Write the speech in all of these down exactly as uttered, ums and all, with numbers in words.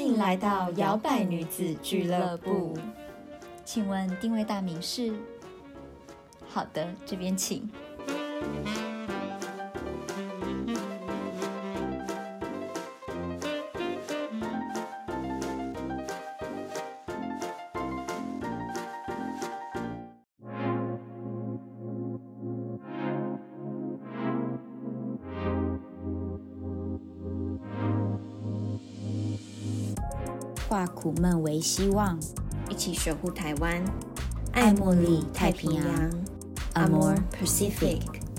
迎来到摇摆女子俱乐部。 请问定位大名是？好的，这边请。化苦闷为希望， 一起守护台湾， 爱茉莉太平洋 Amor Pacific。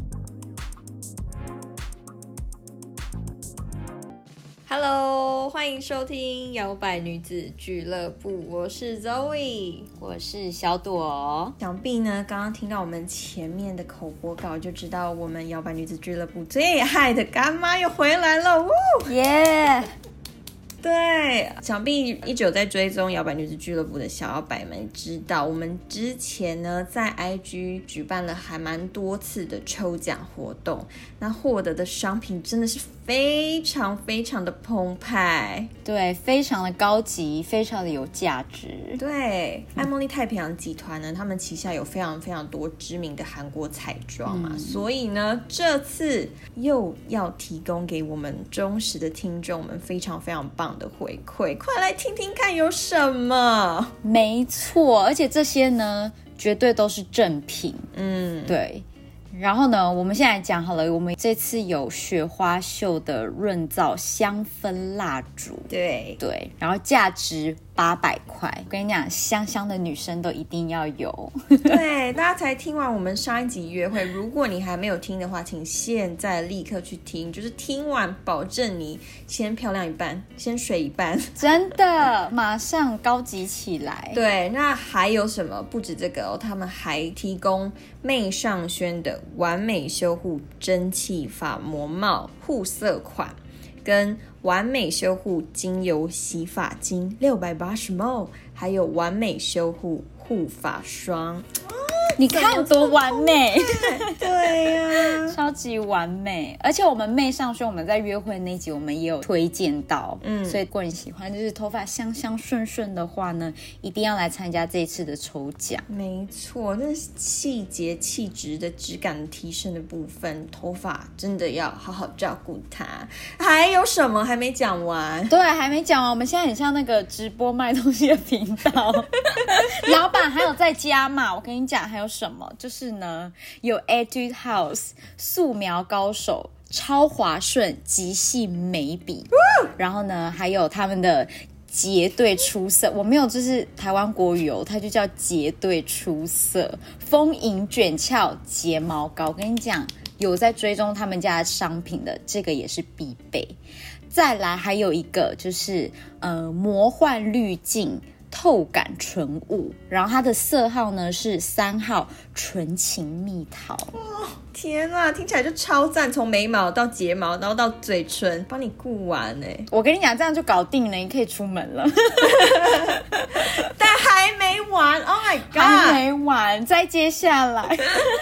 Hello， 欢迎收听摇摆女子俱乐部，我是 Zoe， 我是小朵。 想必呢刚刚听到我们前面的口播稿就知道我们摇摆女子俱乐部最爱的干妈又回来了， 耶、yeah! 对，想必一直有在追踪摇摆女子俱乐部的小摇摆们知道，我们之前呢在 I G 举办了还蛮多次的抽奖活动，那获得的商品真的是非常非常的澎湃， 对，非常的高级，非常的有价值。 对，爱茉莉太平洋集团呢，他们旗下有非常非常多知名的韩国彩妆嘛、嗯，所以呢这次又要提供给我们忠实的听众们非常非常棒的回馈，快来听听看有什么。 没错，而且这些呢绝对都是正品。嗯，对。然后呢我们现在讲好了，我们这次有雪花秀的润燥香氛蜡烛， 对对，然后价值八百块，我跟你讲，香香的女生都一定要有。 对，大家才听完我们上一集约会，如果你还没有听的话，请现在立刻去听，就是听完保证你先漂亮一半，先水一半， 真的马上高级起来。 对，那还有什么？不止这个哦，他们还提供媚尚轩的完美修护蒸汽发膜帽护色款，跟完美修护精油洗发精六百八十 毫升，还有完美修护护发霜。 你看多完美。 对呀、啊， 超级完美。而且我们媚尚轩，我们在约会那集我们也有推荐到，嗯，所以如果你喜欢就是头发香香顺顺的话呢，一定要来参加这一次的抽奖。 没错，那细节气质的质感提升的部分，头发真的要好好照顾它。还有什么还没讲完？ 对，还没讲完。我们现在很像那个直播卖东西的频道。老板还有在加码，我跟你讲还有什么，就是呢有 Etude House 素描高手超滑顺极细眉笔，然后呢还有他们的结对出色，我没有就是台湾国语哦，它就叫结对出色丰盈卷翘睫毛膏。我跟你讲，有在追踪他们家的商品的，这个也是必备。再来还有一个就是呃魔幻滤镜透感纯雾，然后它的色号呢是三号纯情蜜桃。 哦，天啊，听起来就超赞，从眉毛到睫毛然后到嘴唇帮你顾完耶。 我跟你讲，这样就搞定了，你可以出门了。 但还没完 Oh my god， 还没完，再接下来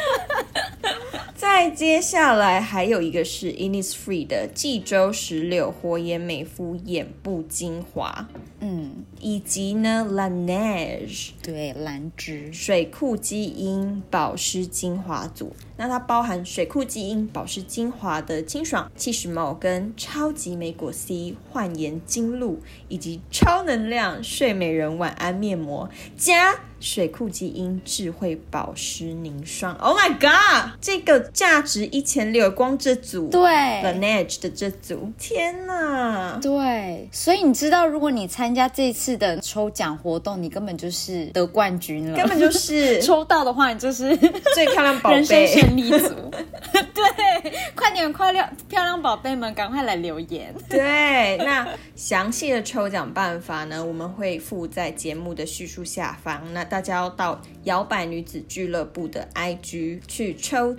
再接下来还有一个是 Innisfree 的济州石榴火眼美肤眼部精华，嗯，以及呢 Laneige 对兰芝水库基因保湿精华组，那它包含水库基因保湿精华的清爽七十 毫升跟超级莓果 C 焕颜精露，以及超能量睡美人晚安面膜加水库基因智慧保湿凝霜。 Oh my god， 这个价值一千六百，光这组对 Laneige 的这组，天哪。 对，所以你知道如果你参加这次的抽奖活动，你根本就是得冠军了， 根本就是抽到的话你就是最漂亮宝贝， 人生胜利组。对，快点快亮漂亮宝贝们赶快来留言。 对，那详细的抽奖办法呢我们会附在节目的叙述下方，那大家要到摇摆女子俱乐部的 I G 去抽奖，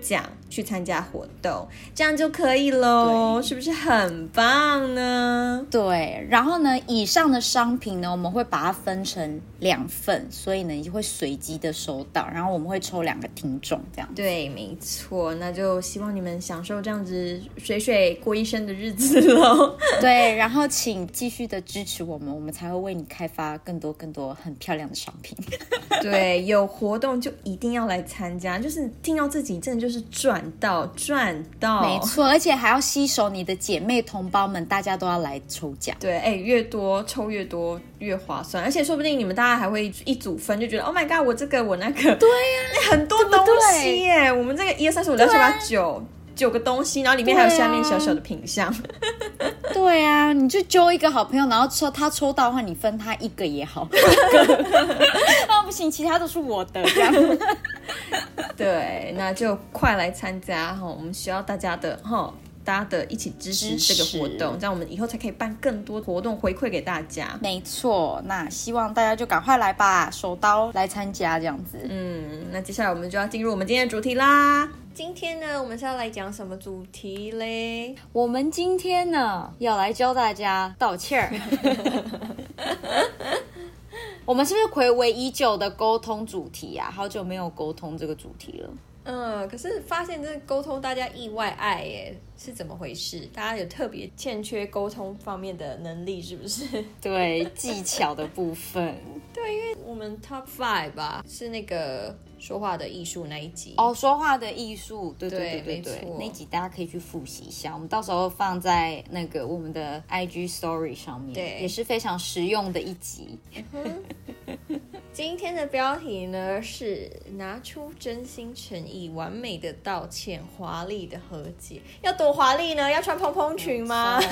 去参加活动，这样就可以咯，是不是很棒呢？ 对，然后呢，以上的商品呢，我们会把它分成两份，所以呢，你就会随机的收到，然后我们会抽两个听众这样。 对，没错，那就希望你们享受这样子水水过一生的日子咯。 对，然后请继续的支持我们，我们才会为你开发更多更多很漂亮的商品。 对，有活动就一定要来参加，就是听到自己真的就是赚到赚到， 没错，而且还要携手你的姐妹同胞们，大家都要来抽奖。 对，哎，越多抽越多越划算，而且说不定你们大家还会一组分，就觉得 Oh my god， 我这个我那个， 对呀、 啊，很多东西耶，我们这个一二三四五六七八九九个东西，然后里面还有下面小小的品项。 对啊，你就揪一个好朋友，然后抽他抽到的话，你分他一个也好。啊，不行，其他都是我的这样。 对，那就快来参加哈，我们需要大家的哈。大家的一起支持这个活动，这样我们以后才可以办更多活动回馈给大家。 没错，那希望大家就赶快来吧，手刀来参加这样子。 嗯，那接下来我们就要进入我们今天的主题啦。今天呢，我们是要来讲什么主题嘞？ 我们今天呢，要来教大家道歉儿。我们是不是睽违已久的沟通主题啊？好久没有沟通这个主题了。 嗯，可是发现这沟通大家意外爱耶，是怎么回事？大家有特别欠缺沟通方面的能力是不是？ 对，技巧的部分。 对，因为我们 top five 吧，是那个说话的艺术那一集哦，说话的艺术，对对对对对， 对那一集大家可以去复习一下，我们到时候放在那个我们的 I G Story 上面， 对， 也是非常实用的一集。 今天的标题呢是拿出真心诚意，完美的道歉，华丽的和解。要多华丽呢？要穿蓬蓬裙吗？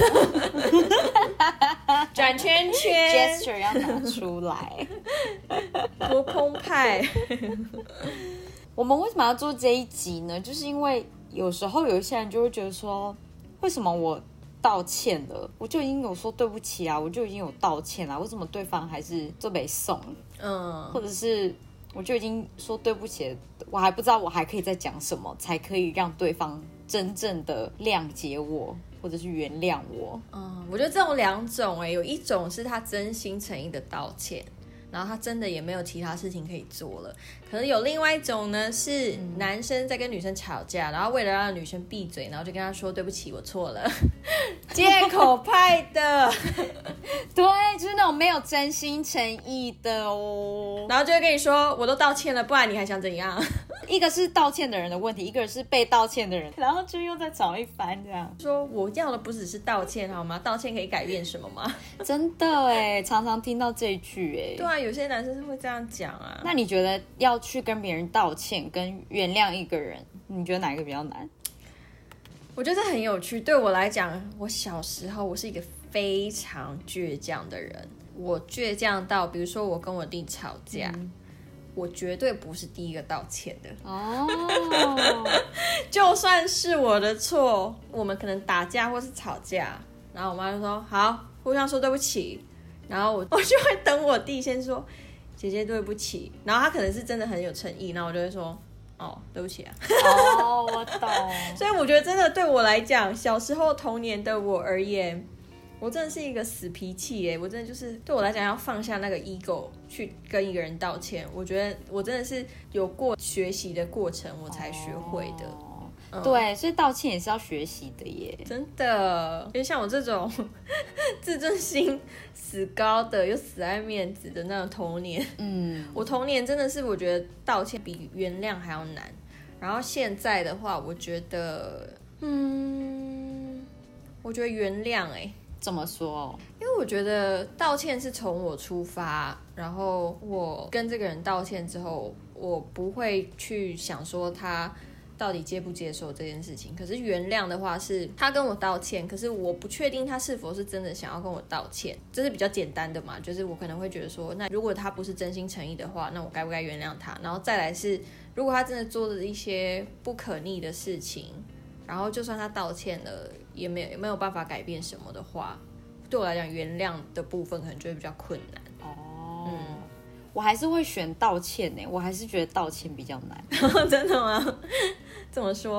转圈圈 gesture 要拿出来， 多澎湃。 我们为什么要做这一集呢？就是因为有时候有一些人就会觉得说，为什么我道歉了，我就已经有说对不起啊，我就已经有道歉了，为什么对方还是做没送？嗯，或者是我就已经说对不起了，我还不知道我还可以再讲什么，才可以让对方真正的谅解我，或者是原谅我。 嗯，我觉得这种两种、欸，有一种是他真心诚意的道歉，然后他真的也没有其他事情可以做了。可是有另外一种呢，是男生在跟女生吵架，然后为了让女生闭嘴，然后就跟他说对不起，我错了，借口派的。 对，就是那种没有真心诚意的哦。 然后就会跟你说我都道歉了，不然你还想怎样？ 一个是道歉的人的问题，一个是被道歉的人，然后就又再吵一番这样。 说我要的不只是道歉好吗？道歉可以改变什么吗？ 真的哎，常常听到这一句哎。 对啊，有些男生是会这样讲啊。 那你觉得要去跟别人道歉跟原谅一个人，你觉得哪一个比较难？ 我觉得这很有趣。对我来讲，我小时候我是一个非常倔强的人，我倔强到比如说我跟我弟吵架、嗯、我绝对不是第一个道歉的哦。就算是我的错，我们可能打架或是吵架，然后我妈就说好，互相说对不起，然后我我就会等我弟先说姐姐对不起，然后他可能是真的很有诚意，然后我就会说哦对不起啊。 哦，我懂。 所以我觉得真的对我来讲，小时候童年的我而言，我真的是一个死脾气耶，我真的就是对我来讲要放下那个 ego 去跟一个人道歉，我觉得我真的是有过学习的过程我才学会的。 哦嗯、对，所以道歉也是要学习的耶， 真的。因为像我这种自尊心死高的又死爱面子的那种童年，嗯，我童年真的是我觉得道歉比原谅还要难。然后现在的话，我觉得，嗯，我觉得原谅，哎， 怎么说？ 因为我觉得道歉是从我出发，然后我跟这个人道歉之后，我不会去想说他到底接不接受这件事情。可是原谅的话是他跟我道歉，可是我不确定他是否是真的想要跟我道歉，这是比较简单的嘛，就是我可能会觉得说，那如果他不是真心诚意的话，那我该不该原谅他？然后再来是如果他真的做了一些不可逆的事情，然后就算他道歉了也没有也没有办法改变什么的话，对我来讲原谅的部分可能就会比较困难。 哦，嗯，我还是会选道歉耶，我还是觉得道歉比较难。 真的吗？怎么说？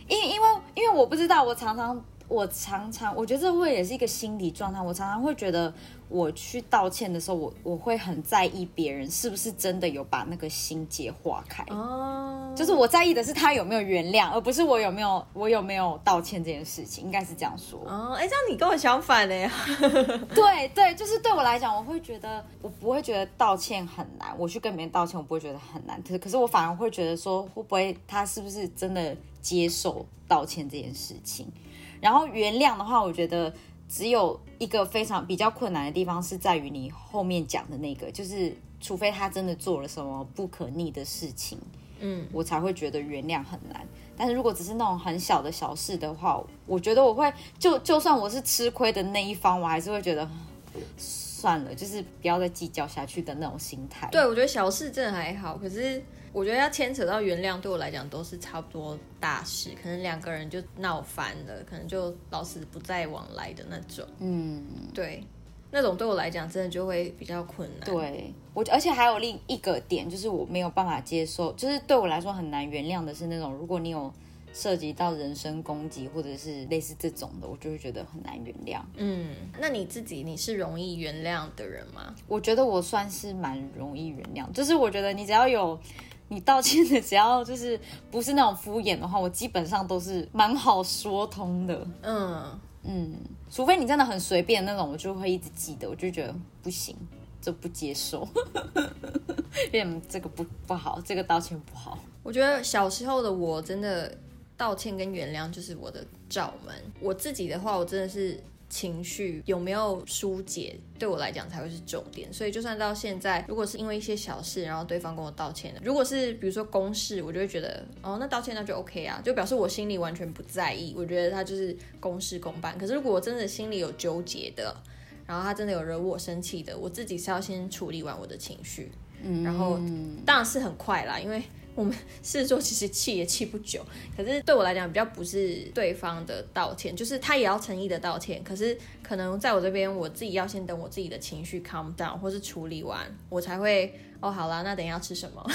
因因为因为我不知道，我常常我常常我觉得这会也是一个心理状态，我常常会觉得我去道歉的时候，我我会很在意别人是不是真的有把那个心结化开哦，就是我在意的是他有没有原谅，而不是我有没有我有没有道歉这件事情，应该是这样说哦。哎，这样你跟我相反嘞。 对对，就是对我来讲，我会觉得我不会觉得道歉很难，我去跟别人道歉，我不会觉得很难，可可是我反而会觉得说，会不会他是不是真的接受道歉这件事情？然后原谅的话，我觉得只有一个非常比较困难的地方是在于你后面讲的那个，就是除非他真的做了什么不可逆的事情，嗯，我才会觉得原谅很难。但是如果只是那种很小的小事的话，我觉得我会就就算我是吃亏的那一方，我还是会觉得算了，就是不要再计较下去的那种心态。 对，我觉得小事真的还好，可是我觉得要牵扯到原谅，对我来讲都是差不多大事，可能两个人就闹翻了，可能就老死不再往来的那种。嗯，对，那种对我来讲真的就会比较困难。 对，我而且还有另一个点，就是我没有办法接受，就是对我来说很难原谅的是那种，如果你有涉及到人身攻击或者是类似这种的，我就会觉得很难原谅。 嗯，那你自己你是容易原谅的人吗？ 我觉得我算是蛮容易原谅，就是我觉得你只要有你道歉的，只要就是不是那种敷衍的话，我基本上都是蛮好说通的。嗯嗯，除非你真的很随便那种，我就会一直记得，我就觉得不行，这不接受，有点这个不不好，这个道歉不好。 我觉得小时候的我真的道歉跟原谅就是我的罩门。我自己的话，我真的是情绪有没有疏解，对我来讲才会是重点。所以就算到现在，如果是因为一些小事，然后对方跟我道歉的，如果是比如说公事，我就会觉得哦，那道歉那就 OK 啊，就表示我心里完全不在意，我觉得他就是公事公办。可是如果我真的心里有纠结的，然后他真的有惹我生气的，我自己是要先处理完我的情绪，嗯、然后当然是很快啦，因为我们狮子座其实气也气不久，可是对我来讲比较不是对方的道歉，就是他也要诚意的道歉，可是可能在我这边我自己要先等我自己的情绪 calm down 或是处理完，我才会哦好啦，那等一下要吃什么。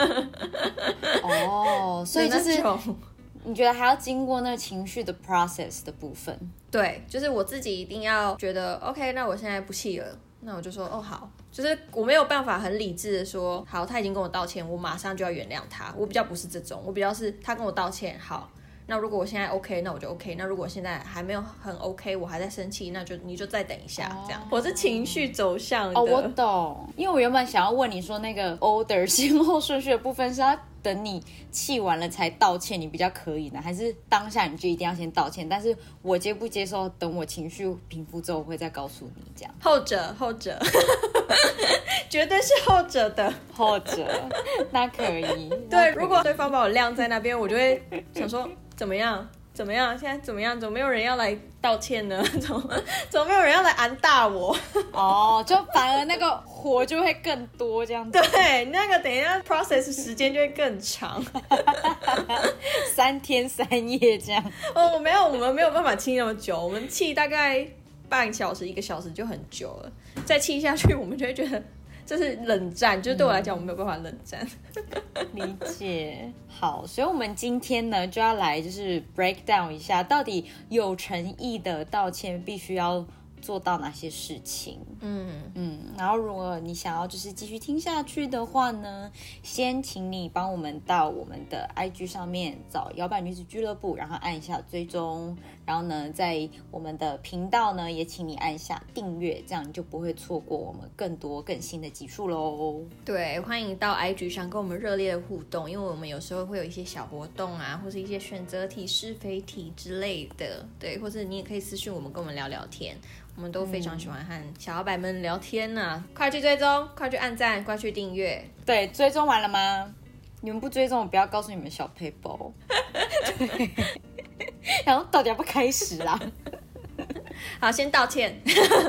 哦，所以就是你觉得还要经过那个情绪的 process 的部分。 对，就是我自己一定要觉得 OK， 那我现在不气了，那我就说哦好，就是我没有办法很理智的说好，他已经跟我道歉，我马上就要原谅他。我比较不是这种，我比较是他跟我道歉，好，那如果我现在 OK， 那我就 OK。那如果现在还没有很 OK， 我还在生气，那就你就再等一下，这样。我是情绪走向的。 哦，我懂，因为我原本想要问你说那个 order 先后顺序的部分是要等你气完了才道歉，你比较可以呢，还是当下你就一定要先道歉？但是我接不接受，等我情绪平复之后，我会再告诉你这样。 后者，后者，绝对是后者的， 后者，那可以。 对，如果对方把我晾在那边，我就会想说怎么样？怎么样？现在怎么样？怎么没有人要来道歉呢？怎么怎么没有人要来安大我？ 哦，就反而那个火就会更多这样子。 对，那个等一下 process 时间就会更长， 三天三夜这样。 哦，没有，我们没有办法气那么久，我们气大概半小时、一个小时就很久了，再气下去，我们就会觉得这是冷战，就是对我来讲，我没有办法冷战。 理解。好，所以我们今天呢就要来就是 break down 一下，到底有诚意的道歉必须要做到哪些事情。嗯嗯，然后如果你想要就是继续听下去的话呢，先请你帮我们到我们的 I G 上面找摇摆女子俱乐部，然后按一下追踪，然后呢在我们的频道呢也请你按下订阅，这样你就不会错过我们更多更新的集数咯。 对，欢迎到 I G 上跟我们热烈的互动，因为我们有时候会有一些小活动啊，或是一些选择题、是非题之类的，对，或是你也可以私讯我们跟我们聊聊天，我们都非常喜欢和小摇摆们聊天啊，快去追踪，快去按赞，快去订阅。 对，追踪完了吗？你们不追踪，我不要告诉你们小配包。对，然后到底要不要开始啦？ 好，先道歉，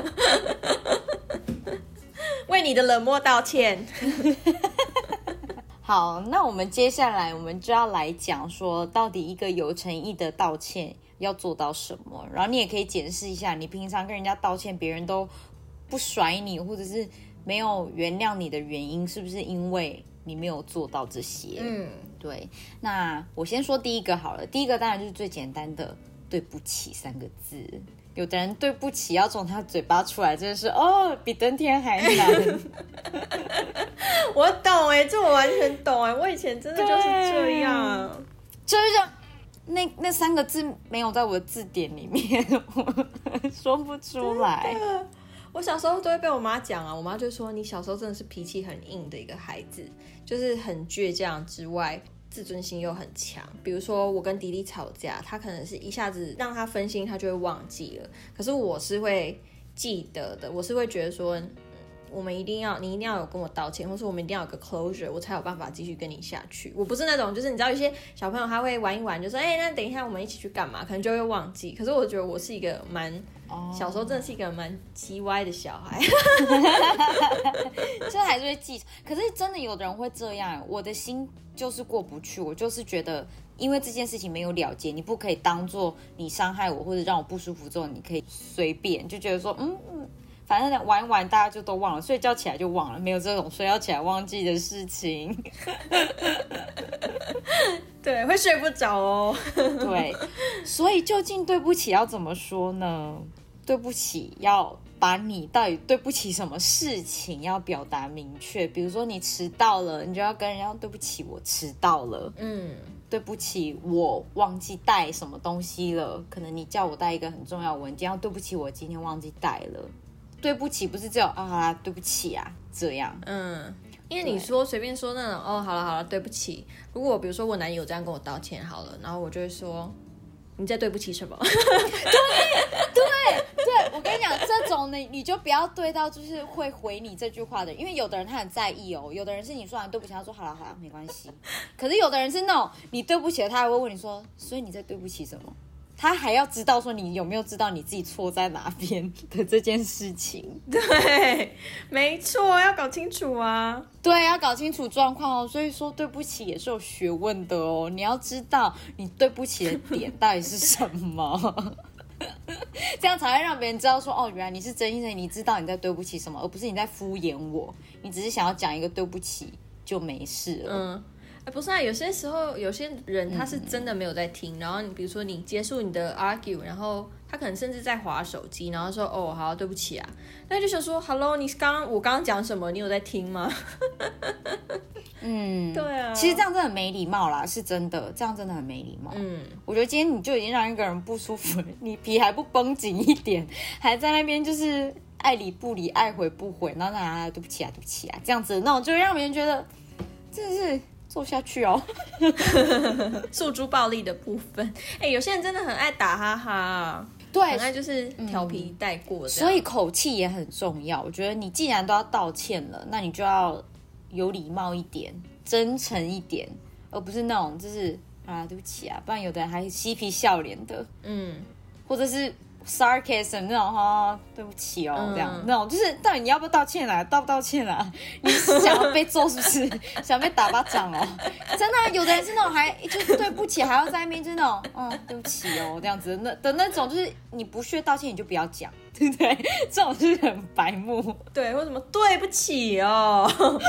为你的冷漠道歉。 好，那我们接下来我们就要来讲说，到底一个有诚意的道歉要做到什么，然后你也可以检视一下，你平常跟人家道歉，别人都不甩你，或者是没有原谅你的原因，是不是因为你没有做到这些？嗯， 对，那我先说第一个好了。第一个当然就是最简单的对不起三个字。有的人对不起要从他嘴巴出来，真的是哦，比登天还难。 我懂哎、欸，这我完全懂哎、欸，我以前真的就是这样， 就是这样。那那三个字没有在我的字典里面，我说不出来。 我小时候都会被我妈讲啊，我妈就说你小时候真的是脾气很硬的一个孩子，就是很倔强之外，自尊心又很强。比如说我跟弟弟吵架，他可能是一下子让他分心，他就会忘记了。可是我是会记得的，我是会觉得说，嗯、我们一定要，你一定要有跟我道歉，或是我们一定要有个 closure， 我才有办法继续跟你下去。我不是那种，就是你知道有些小朋友他会玩一玩，就说，哎、欸，那等一下我们一起去干嘛，可能就会忘记。可是我觉得我是一个蛮。Oh. 小时候真的是一个蛮叽歪的小孩， 就还是会记。可是真的有的人会这样，我的心就是过不去，我就是觉得，因为这件事情没有了结，你不可以当做你伤害我或者让我不舒服之后，你可以随便就觉得说，嗯嗯，反正玩一玩大家就都忘了，睡觉起来就忘了，没有这种睡觉起来忘记的事情。 对，会睡不着哦。 对，所以究竟对不起要怎么说呢？对不起要把你到底对不起什么事情要表达明确，比如说你迟到了，你就要跟人家对不起我迟到了，嗯，对不起我忘记带什么东西了，可能你叫我带一个很重要的文件，要对不起我今天忘记带了。对不起不是只有啊好啦对不起啊这样，嗯， 因为你说随便说那种哦好了好了对不起，如果比如说我男友这样跟我道歉好了，然后我就会说你在对不起什么？对对对，我跟你讲，这种呢，你就不要对到就是会回你这句话的人，因为有的人他很在意哦，有的人是你说完对不起，他说好了好了没关系，可是有的人是那种你对不起了，他还会问你说，所以你在对不起什么？他还要知道说你有没有知道你自己错在哪边的这件事情。 对，没错，要搞清楚啊。 对，要搞清楚状况哦。所以说对不起也是有学问的哦，你要知道你对不起的点到底是什么。这样才会让别人知道说，哦，原来你是真心的，你知道你在对不起什么，而不是你在敷衍我，你只是想要讲一个对不起就没事了。嗯。 不是啊，有些时候有些人他是真的没有在听，嗯、然后你比如说你结束你的 argue， 然后他可能甚至在滑手机，然后说哦好对不起啊，那就想说 hello， 你刚刚我刚刚讲什么？你有在听吗？ 嗯， 对啊， 其实这样真的很没礼貌啦，是真的，这样真的很没礼貌。嗯，我觉得今天你就已经让一个人不舒服了，你皮还不绷紧一点，还在那边就是爱理不理，爱回不回，然后啊对不起啊对不起啊这样子，那种就会让别人觉得真的是。做下去哦， 诉诸暴力的部分，哎、欸，有些人真的很爱打哈哈， 对， 很爱就是调皮带过、嗯， 所以口气也很重要。我觉得你既然都要道歉了，那你就要有礼貌一点，真诚一点，而不是那种就是啊对不起啊，不然有的人还嬉皮笑脸的，嗯，或者是。sarcasm 那种哈，对不起哦，嗯、这样那种就是到底你要不要道歉啊？道不道歉啊？你是想要被揍是不是？想被打巴掌哦？真的、啊，有的人是那种还就是对不起，还要在那边就是那种嗯对不起哦这样子的那的那种，就是你不屑道歉你就不要讲，对不对？这种就是很白目， 对，或什么对不起哦，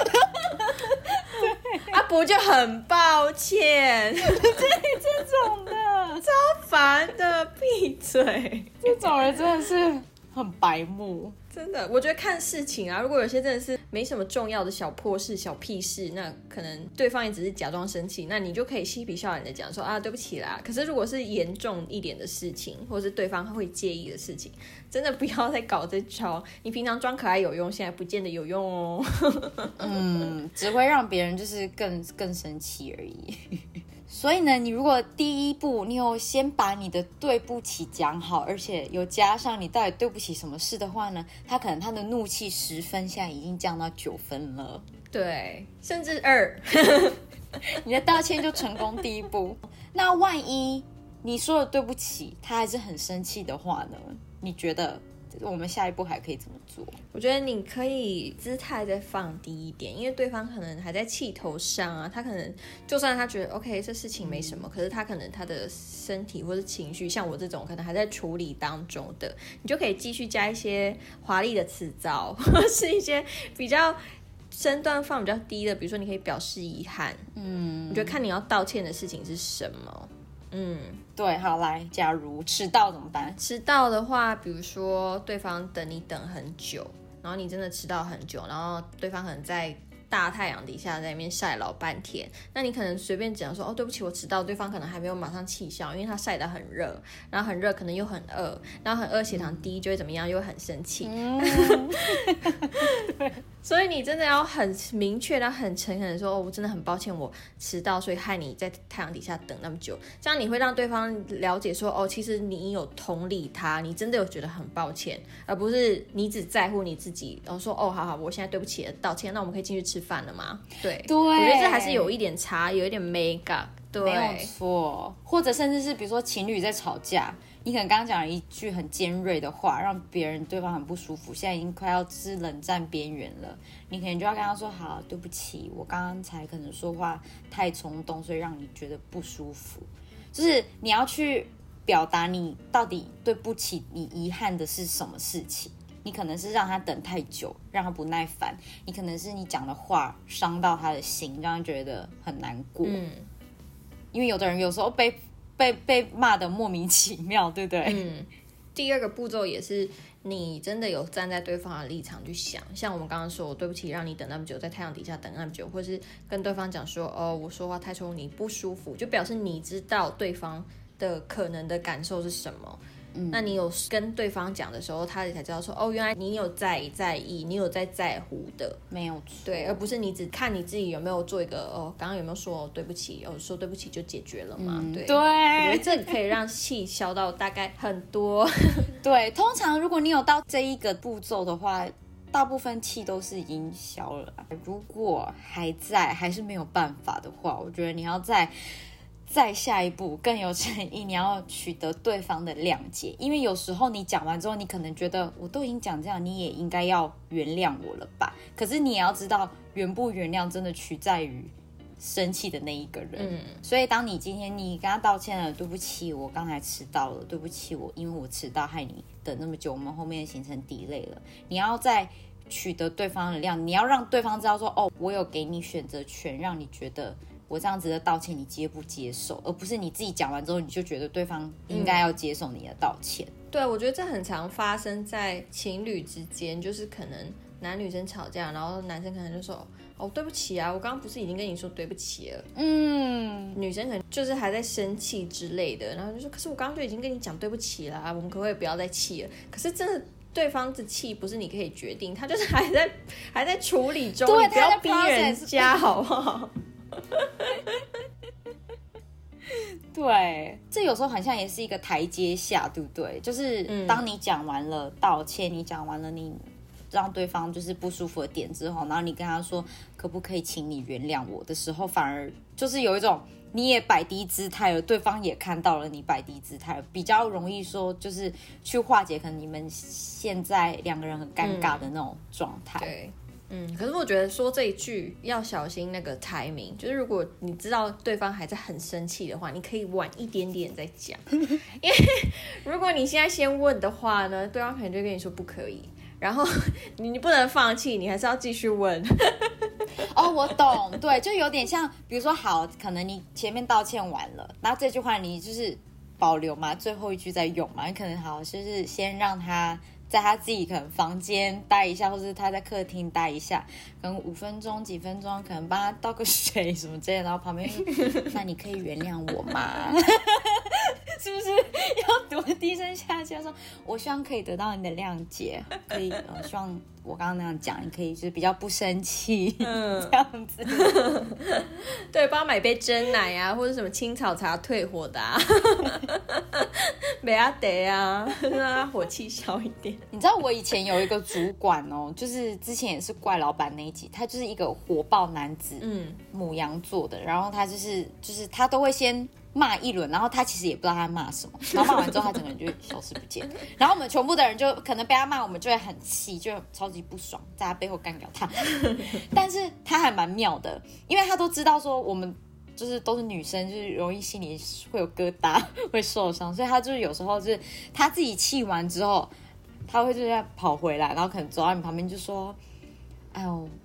对啊不就很抱歉， 对这种的超烦的，闭嘴。 这种人真的是很白目， 真的。我觉得看事情啊，如果有些真的是没什么重要的小破事、小屁事，那可能对方也只是假装生气，那你就可以嬉皮笑脸的讲说啊，对不起啦。可是如果是严重一点的事情，或是对方会介意的事情，真的不要再搞这招。你平常装可爱有用，现在不见得有用哦。 嗯，只会让别人就是更更生气而已。所以呢，你如果第一步你有先把你的对不起讲好，而且有加上你到底对不起什么事的话呢，他可能他的怒气十分，现在已经降到九分了， 对，甚至二， 你的道歉就成功第一步。那万一你说了对不起，他还是很生气的话呢？你觉得我们下一步还可以怎么做？ 我觉得你可以姿态再放低一点，因为对方可能还在气头上啊，他可能就算他觉得 OK 这事情没什么，可是他可能他的身体或是情绪，像我这种可能还在处理当中的，你就可以继续加一些华丽的辞藻，或是一些比较身段放比较低的，比如说你可以表示遗憾，嗯，我觉得看你要道歉的事情是什么。嗯， 对，好来，假如迟到怎么办？ 迟到的话，比如说对方等你等很久，然后你真的迟到很久，然后对方可能在大太阳底下在那边晒老半天，那你可能随便讲说哦对不起我迟到，对方可能还没有马上气消，因为他晒得很热，然后很热可能又很饿，然后很饿血糖低就会怎么样，又会很生气。嗯所以你真的要很明确的很诚恳的说哦我真的很抱歉我迟到，所以害你在太阳底下等那么久，这样你会让对方了解说哦其实你有同理他，你真的有觉得很抱歉，而不是你只在乎你自己，然后说哦好好我现在对不起道歉，那我们可以进去吃饭了吗？对， 对， 我觉得这还是有一点差，有一点美感。对， 没有错。或者甚至是比如说情侣在吵架，你可能刚刚讲了一句很尖锐的话，让别人对方很不舒服，现在已经快要是冷战边缘了，你可能就要跟他说好对不起我刚刚才可能说话太冲动，所以让你觉得不舒服，就是你要去表达你到底对不起你遗憾的是什么事情。你可能是让他等太久，让他不耐烦，你可能是你讲的话伤到他的心，让他觉得很难过。嗯，因为有的人有时候被被被骂的莫名其妙，对不对？ 嗯。第二个步骤也是你真的有站在对方的立场去想，像我们刚刚说，对不起让你等那么久，在太阳底下等那么久，或是跟对方讲说，哦，我说话太冲，你不舒服，就表示你知道对方的可能的感受是什么。嗯、那你有跟对方讲的时候，他才知道说，哦，原来你有在在意，你有在在乎的， 没有错， 对，而不是你只看你自己有没有做一个，哦，刚刚有没有说对不起，哦，说对不起就解决了嘛？嗯、对， 对， 我觉得这可以让气消到大概很多。 对，通常如果你有到这一个步骤的话，大部分气都是已经消了。如果还在，还是没有办法的话，我觉得你要在。再下一步更有诚意，你要取得对方的谅解，因为有时候你讲完之后，你可能觉得我都已经讲这样，你也应该要原谅我了吧？可是你也要知道，原不原谅真的取在于生气的那一个人。嗯，所以当你今天你跟他道歉了，对不起，我刚才迟到了，对不起，我因为我迟到害你等那么久，我们后面的行程 delay 了，你要再取得对方的谅，你要让对方知道说，哦，我有给你选择权，让你觉得。我这样子的道歉你接不接受，而不是你自己讲完之后你就觉得对方应该要接受你的道歉。嗯、 对，我觉得这很常发生在情侣之间，就是可能男女生吵架，然后男生可能就说哦对不起啊，我刚刚不是已经跟你说对不起了，嗯，女生可能就是还在生气之类的，然后就说可是我刚刚就已经跟你讲对不起了、啊，我们可不可以不要再气了？可是真的对方的气不是你可以决定，他就是还在还在处理中，你不要逼人家好不好？ 对，这有时候好像也是一个台阶下，对不对？就是当你讲完了道歉，你讲完了你让对方就是不舒服的点之后，然后你跟他说可不可以请你原谅我的时候，反而就是有一种你也摆低姿态了，对方也看到了你摆低姿态了，比较容易说就是去化解可能你们现在两个人很尴尬的那种状态。 嗯，对。嗯，可是我觉得说这一句要小心那个 timing， 就是如果你知道对方还在很生气的话，你可以晚一点点再讲，因为如果你现在先问的话呢，对方可能就跟你说不可以，然后你你不能放弃，你还是要继续问。 哦，我懂，对，就有点像，比如说好，可能你前面道歉完了，然后这句话你就是保留嘛，最后一句再用嘛，你可能好就是先让他。在他自己可能房间待一下，或者他在客厅待一下，可能五分钟、几分钟，可能帮他倒个水什么之类的，然后旁边那你可以原谅我吗？是不是要多低声下气说？我希望可以得到你的谅解，可以呃，希望我刚刚那样讲，你可以就是比较不生气，嗯，这样子。 对，帮他买杯珍奶啊，或者什么青草茶退火的啊，没阿得啊，让他火气消一点。 你知道我以前有一个主管哦，就是之前也是怪老板那一集，他就是一个火爆男子，嗯，牡羊座的，然后他就是就是他都会先骂一轮，然后他其实也不知道他骂什么，然后骂完之后他整个人就消失不见，然后我们全部的人就可能被他骂，我们就会很气，就超级不爽，在他背后干掉他。但是他还蛮妙的，因为他都知道说我们就是都是女生，就是容易心里会有疙瘩，会受伤，所以他就是有时候就是他自己气完之后，他会就是跑回来，然后可能走到你旁边就说：“哎呦，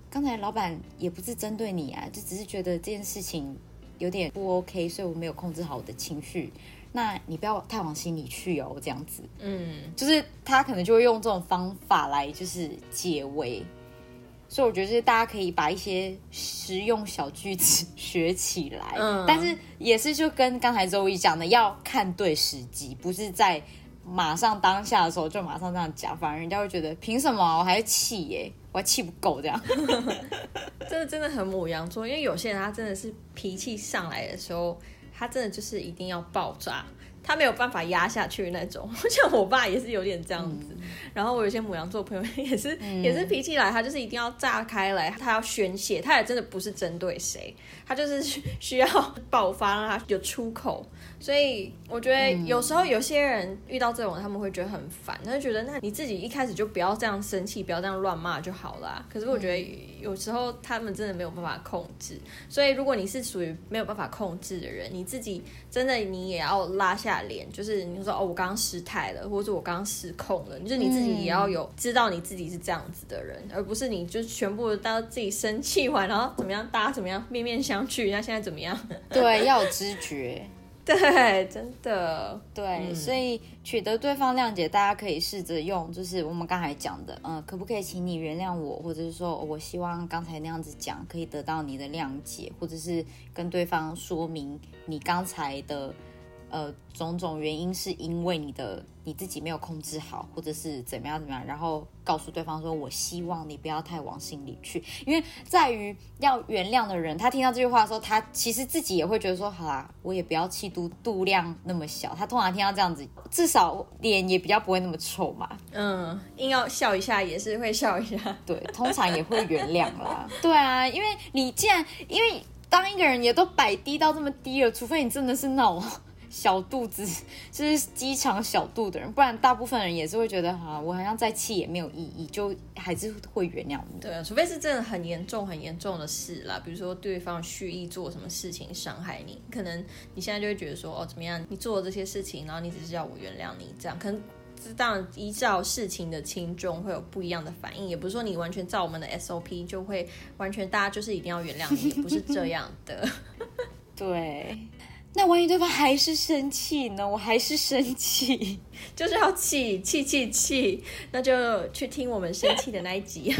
刚才老板也不是针对你啊，就只是觉得这件事情有点不 OK， 所以我没有控制好我的情绪，那你不要太往心里去哦，这样子。嗯，就是他可能就会用这种方法来就是解围，所以我觉得就是大家可以把一些实用小句子学起来。嗯，但是也是就跟刚才周一讲的，要看对时机，不是在马上当下的时候就马上这样讲，反而人家会觉得凭什么我还气耶，我还气不够这样。 这个真的很牡羊座，因为有些人他真的是脾气上来的时候，他真的就是一定要爆炸，他没有办法压下去那种。像我爸也是有点这样子，嗯、然后我有些牡羊座朋友也是、嗯、也是脾气来，他就是一定要炸开来，他要宣泄，他也真的不是针对谁，他就是需要爆发，让他有出口。所以我觉得有时候有些人遇到这种，他们会觉得很烦，他就觉得那你自己一开始就不要这样生气，不要这样乱骂就好啦。可是我觉得有时候他们真的没有办法控制，所以如果你是属于没有办法控制的人，你自己真的你也要拉下脸，就是你说哦我刚刚失态了，或者我刚刚失控了，就是你自己也要有知道你自己是这样子的人，而不是你就全部到自己生气完，然后怎么样大家怎么样面面相觑，人家现在怎么样？ 对，要有知觉。 对，真的对、嗯，所以取得对方谅解，大家可以试着用，就是我们刚才讲的，嗯、呃，可不可以请你原谅我，或者是说、哦、我希望刚才那样子讲可以得到你的谅解，或者是跟对方说明你刚才的呃种种原因是因为你的你自己没有控制好，或者是怎么样怎么样，然后告诉对方说我希望你不要太往心里去，因为在于要原谅的人，他听到这句话的时候，他其实自己也会觉得说好啦，我也不要气度度量那么小，他通常听到这样子至少脸也比较不会那么臭嘛， 嗯，硬要笑一下也是会笑一下， 对，通常也会原谅啦。对啊，因为你既然因为当一个人也都摆低到这么低了，除非你真的是那种小肚子，就是机场小肚的人，不然大部分人也是会觉得啊，我好像再气也没有意义，就还是会原谅你。 对啊，除非是真的很严重、很严重的事啦，比如说对方蓄意做什么事情伤害你，可能你现在就会觉得说，哦，怎么样，你做了这些事情，然后你只是要我原谅你，这样可能。当然，依照事情的轻重会有不一样的反应，也不是说你完全照我们的 S O P 就会完全大家就是一定要原谅你，也不是这样的。 对。那万一对方还是生气呢？我还是生气， 就是要气气气气，那就去听我们生气的那一集，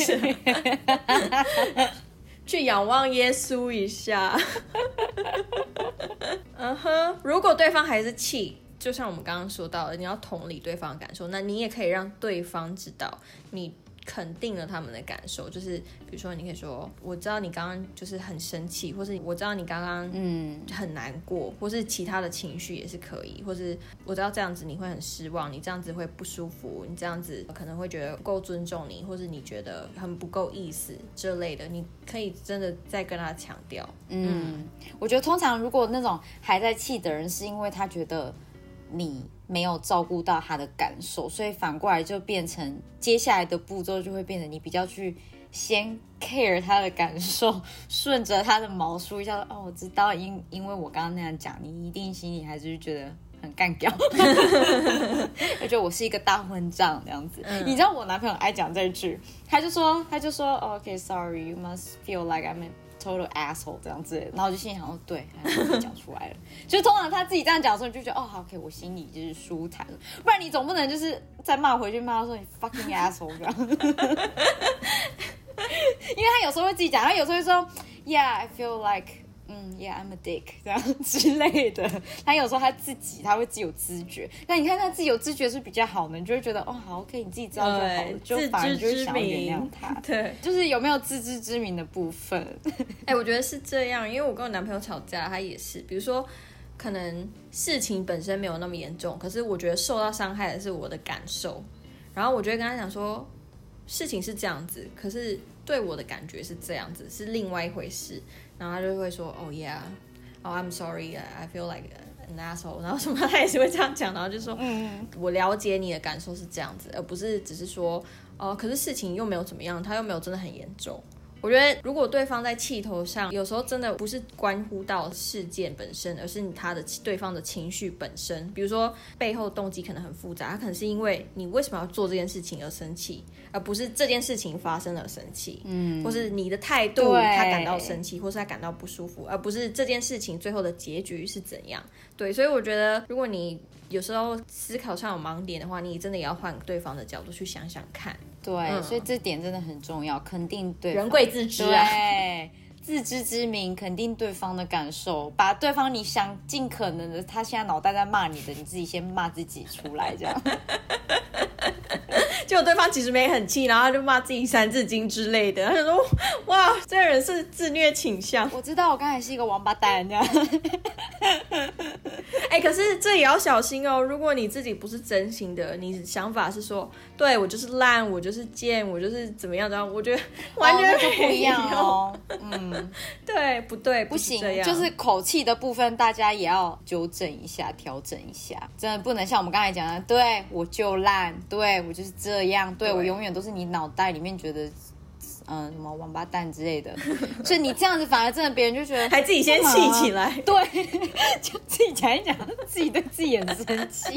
去仰望耶稣一下。嗯哼，如果对方还是气，就像我们刚刚说到的，你要同理对方的感受，那你也可以让对方知道你肯定了他们的感受，就是比如说你可以说我知道你刚刚就是很生气，或是我知道你刚刚嗯很难过，或是其他的情绪也是可以，或是我知道这样子你会很失望，你这样子会不舒服，你这样子可能会觉得不够尊重你，或是你觉得很不够意思之类的，你可以真的再跟他强调。 嗯，嗯我觉得通常如果那种还在气的人是因为他觉得你没有照顾到他的感受，所以反过来就变成接下来的步骤就会变成你比较去先 care 他的感受，顺着他的毛梳一下哦，我知道因因为我刚刚那样讲，你一定心里还是觉得很干屌，我觉得我是一个大混账这样子、嗯、你知道我男朋友爱讲这句，他就说他就说、oh, OK sorry you must feel like I'm a total asshole 这样子，然后我就心里想说对，他自己讲出来了，就通常他自己这样讲的时候，你就觉得哦好 OK， 我心里就是舒坦了，不然你总不能就是再骂回去，骂他说你 fucking asshole 这样，因为他有时候会自己讲，他有时候会说 Yeah I feel like嗯 Yeah I'm a dick 这样之类的，他有时候他自己他会自己有知觉，那你看他自己有知觉是比较好的，你就会觉得哦好 OK 你自己知道就好了，就反而就会想要原谅他， 对， 就是有没有自知之明的部分。 哎、欸，我觉得是这样，因为我跟我男朋友吵架，他也是，比如说可能事情本身没有那么严重，可是我觉得受到伤害的是我的感受，然后我就会跟他讲说事情是这样子，可是对我的感觉是这样子，是另外一回事，然后他就会说哦、oh, yeah oh I'm sorry I feel like an asshole 然后什么他也是会这样讲，然后就说嗯我了解你的感受是这样子，而不是只是说哦可是事情又没有怎么样，他又没有真的很严重， 我觉得如果对方在气头上，有时候真的不是关乎到事件本身，而是他的对方的情绪本身。比如说背后动机可能很复杂，他可能是因为你为什么要做这件事情而生气，而不是这件事情发生而生气，嗯，或是你的态度他感到生气，或是他感到不舒服，而不是这件事情最后的结局是怎样。对，所以我觉得如果你有时候思考上有盲点的话，你真的也要换对方的角度去想想看。 对、嗯，所以这点真的很重要，肯定对方， 人贵自知啊， 对，自知之明，肯定对方的感受，把对方你想尽可能的，他现在脑袋在骂你的，你自己先骂自己出来，这样。 结果对方其实没很气，然后他就骂自己三字经之类的，他就说哇，这个人是自虐倾向。 我知道我刚才是一个王八蛋这样。 哎、欸，可是这也要小心哦。如果你自己不是真心的，你想法是说，对我就是烂，我就是贱，我就是怎么样怎么样，我觉得完全、哦、 就不一样哦。嗯， 对，不对， 不行， 不是就是口气的部分，大家也要纠正一下，调整一下，真的不能像我们刚才讲的，对我就烂，对我就是这样，对, 对我永远都是你脑袋里面觉得。嗯，什么王八蛋之类的，所以你这样子反而真的别人就觉得还自己先气起来， 对，就自己讲一讲，自己对自己很生气。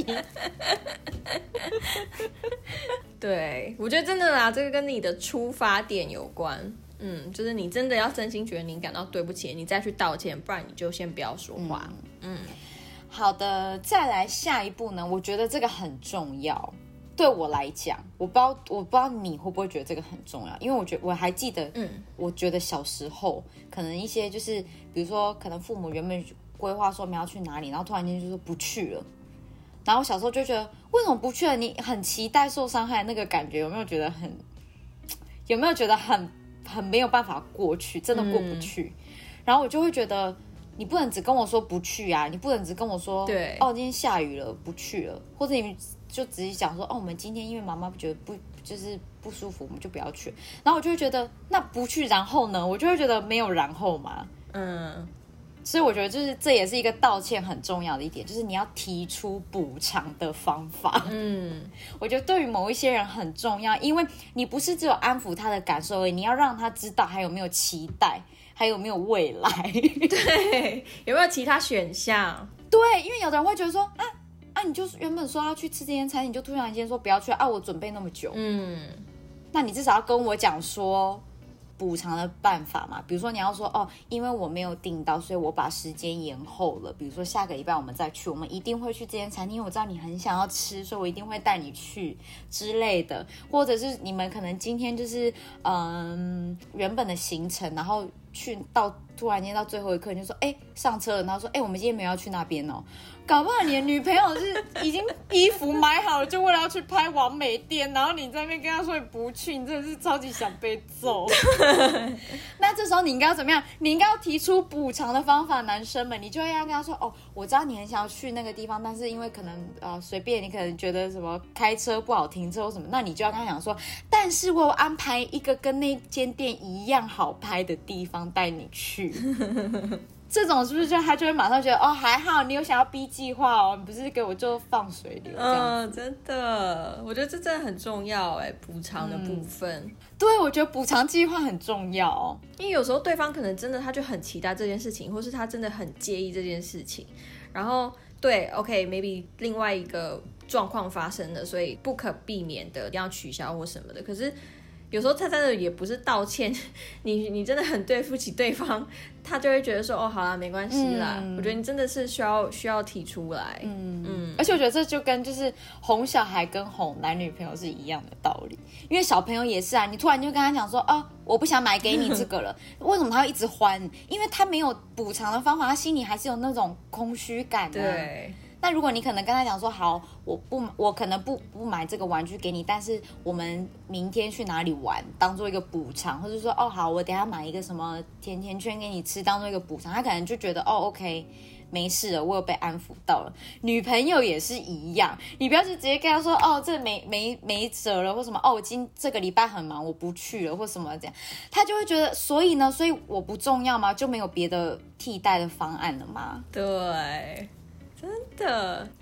对，我觉得真的啦，这个跟你的出发点有关。嗯，就是你真的要真心觉得你感到对不起，你再去道歉，不然你就先不要说话。嗯，嗯好的，再来下一步呢？我觉得这个很重要。对我来讲，我不知道，我不知道你会不会觉得这个很重要，因为我觉得我还记得，嗯，我觉得小时候可能一些就是，比如说，可能父母原本规划说我们要去哪里，然后突然间就说不去了，然后我小时候就觉得为什么不去了？你很期待受伤害那个感觉，有没有觉得很，有没有觉得很很没有办法过去，真的过不去？嗯、然后我就会觉得。你不能只跟我说不去啊！你不能只跟我说，对，哦，今天下雨了，不去了，或者你就直接讲说，哦，我们今天因为妈妈觉得不就是不舒服，我们就不要去。然后我就会觉得，那不去，然后呢？我就会觉得没有然后嘛。嗯，所以我觉得就是这也是一个道歉很重要的一点，就是你要提出补偿的方法。嗯，我觉得对于某一些人很重要，因为你不是只有安抚他的感受而已，你要让他知道还有没有期待。还有没有未来？ 对，有没有其他选项？ 对，因为有的人会觉得说，啊啊，你就原本说要去吃这间餐厅，你就突然间说不要去啊，我准备那么久，嗯，那你至少要跟我讲说补偿的办法嘛，比如说你要说哦，因为我没有订到，所以我把时间延后了，比如说下个礼拜我们再去，我们一定会去这间餐厅，因为我知道你很想要吃，所以我一定会带你去之类的，或者是你们可能今天就是嗯原本的行程，然后去到突然间到最后一刻你就说哎上车了，然后说哎我们今天没有要去那边哦，搞不好你的女朋友是已经衣服买好了，就为了要去拍完美店，然后你在那边跟她说你不去，你真的是超级想被揍。那这时候你应该要怎么样？你应该要提出补偿的方法，男生们，你就会要跟他说哦，我知道你很想要去那个地方，但是因为可能呃随便你可能觉得什么开车不好停车或什么，那你就要跟他讲说，但是我有安排一个跟那间店一样好拍的地方带你去。这种是不是就他就会马上觉得哦还好你有想要 B 计划哦，你不是给我就放水流这样子。 嗯，真的，我觉得这真的很重要哎，补偿的部分。嗯、 对，我觉得补偿计划很重要哦， 因为有时候对方可能真的他就很期待这件事情，或是他真的很介意这件事情，然后对 OK maybe 另外一个状况发生了，所以不可避免的要取消或什么的，可是有时候他真的也不是道歉，你你真的很对不起对方，他就会觉得说哦好啦没关系啦、嗯、我觉得你真的是需要需要提出来。嗯嗯，而且我觉得这就跟就是哄小孩跟哄男女朋友是一样的道理，因为小朋友也是啊，你突然就跟他讲说哦我不想买给你这个了，为什么他会一直欢？因为他没有补偿的方法，他心里还是有那种空虚感啊。 对， 那如果你可能跟他讲说好，我不，我可能不不买这个玩具给你，但是我们明天去哪里玩，当做一个补偿，或者说哦好，我等一下买一个什么甜甜圈给你吃，当做一个补偿，他可能就觉得哦 OK 没事了，我有被安抚到了。女朋友也是一样，你不要就直接跟他说哦这没没没辙了，或什么哦我今这个礼拜很忙我不去了或什么这样，他就会觉得所以呢，所以我不重要吗？就没有别的替代的方案了吗？ 对。真的，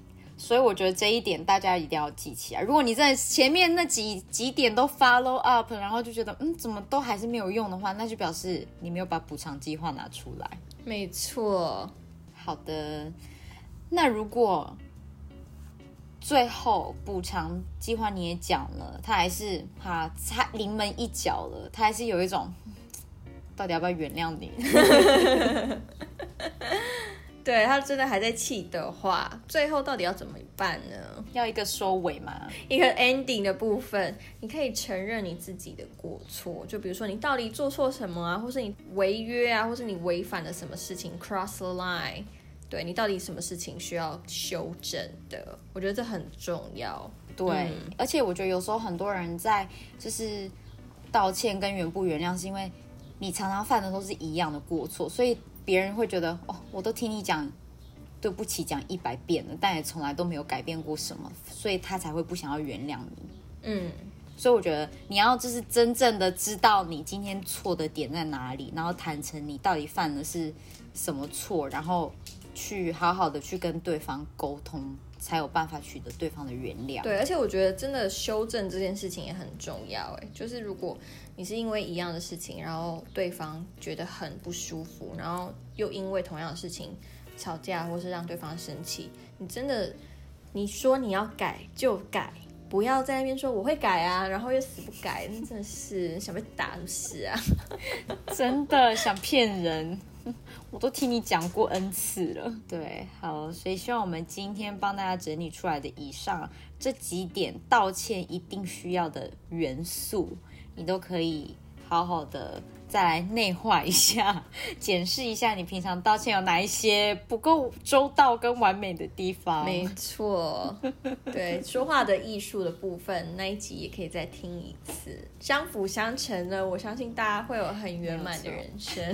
所以我觉得这一点大家一定要记起来。如果你在前面那几几点都 follow up， 然后就觉得嗯怎么都还是没有用的话，那就表示你没有把补偿计划拿出来。 没错。 好的，那如果最后补偿计划你也讲了，他还是哈他临门一脚了，他还是有一种到底要不要原谅你？ 对，他真的还在气的话，最后到底要怎么办呢？ 要一个收尾吗？ 一个 ending 的部分，你可以承认你自己的过错，就比如说你到底做错什么啊，或是你违约啊，或是你违反了什么事情 cross the line， 对，你到底什么事情需要修正的，我觉得这很重要。 对、嗯、而且我觉得有时候很多人在就是道歉跟原不原谅，是因为你常常犯的都是一样的过错，所以别人会觉得哦，我都听你讲对不起讲一百遍了，但也从来都没有改变过什么，所以他才会不想要原谅你。嗯，所以我觉得你要就是真正的知道你今天错的点在哪里，然后坦诚你到底犯的是什么错，然后去好好的去跟对方沟通，才有办法取得对方的原谅。 对，而且我觉得真的修正这件事情也很重要。哎，就是如果你是因为一样的事情，然后对方觉得很不舒服，然后又因为同样的事情吵架，或是让对方生气，你真的你说你要改就改，不要在那边说我会改啊，然后又死不改，那真的是想被打就是啊。 真的想骗人。我都听你讲过 N 次了。对，好，所以希望我们今天帮大家整理出来的以上这几点道歉一定需要的元素，你都可以好好的再来内化一下，检视一下你平常道歉有哪一些不够周到跟完美的地方。 没错，对，说话的艺术的部分那一集也可以再听一次，相辅相成呢，我相信大家会有很圆满的人生。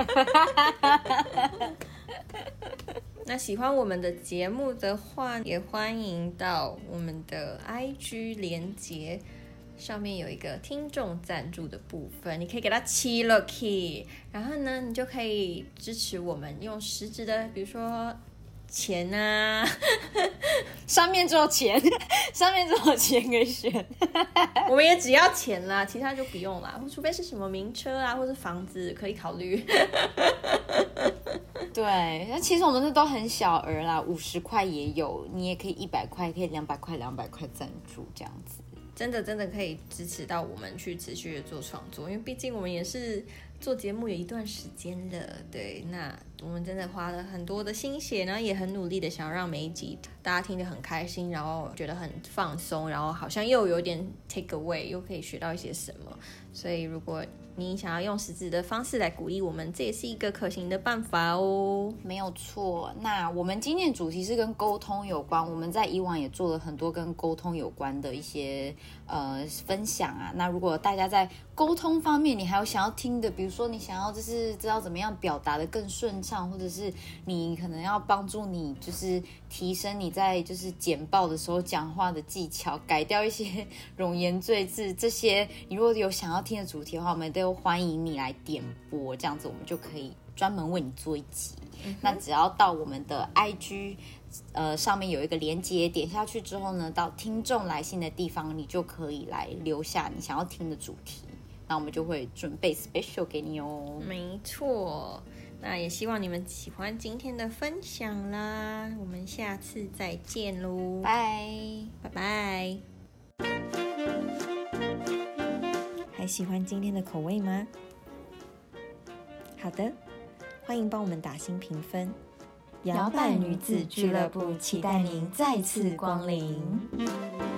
那喜欢我们的节目的话，也欢迎到我们的 I G 连结上面有一个听众赞助的部分，你可以给它七了 key， 然后呢，你就可以支持我们用实质的，比如说钱啊， 上面只有钱，上面只有钱可以选， 我们也只要钱啦，其他就不用啦，除非是什么名车啊，或是房子可以考虑。 对，那其实我们这都很小额啦，五十块也有，你也可以一百块，可以两百块，两百块赞助这样子。 真的真的可以支持到我们去持续的做创作，因为毕竟我们也是做节目有一段时间了，对，那我们真的花了很多的心血，然后也很努力的想要让每一集大家听得很开心，然后觉得很放松，然后好像又有点 take away， 又可以学到一些什么，所以如果你想要用实质的方式来鼓励我们，这也是一个可行的办法哦。 没有错。那我们今天的主题是跟沟通有关，我们在以往也做了很多跟沟通有关的一些呃分享啊。那如果大家在沟通方面你还有想要听的，比如说你想要就是知道怎么样表达的更顺畅，或者是你可能要帮助你就是提升你在就是简报的时候讲话的技巧，改掉一些冗言赘字，这些你如果有想要听的主题的话，我们都欢迎你来点播，这样子我们就可以专门为你做一集。嗯、那只要到我们的 I G 呃上面有一个连结，点下去之后呢，到听众来信的地方，你就可以来留下你想要听的主题，那我们就会准备 special 给你哦。 没错，那也希望你们喜欢今天的分享啦，我们下次再见咯， 拜拜拜。还喜欢今天的口味吗？好的，欢迎帮我们打星评分。摇摆女子俱乐部期待您再次光临。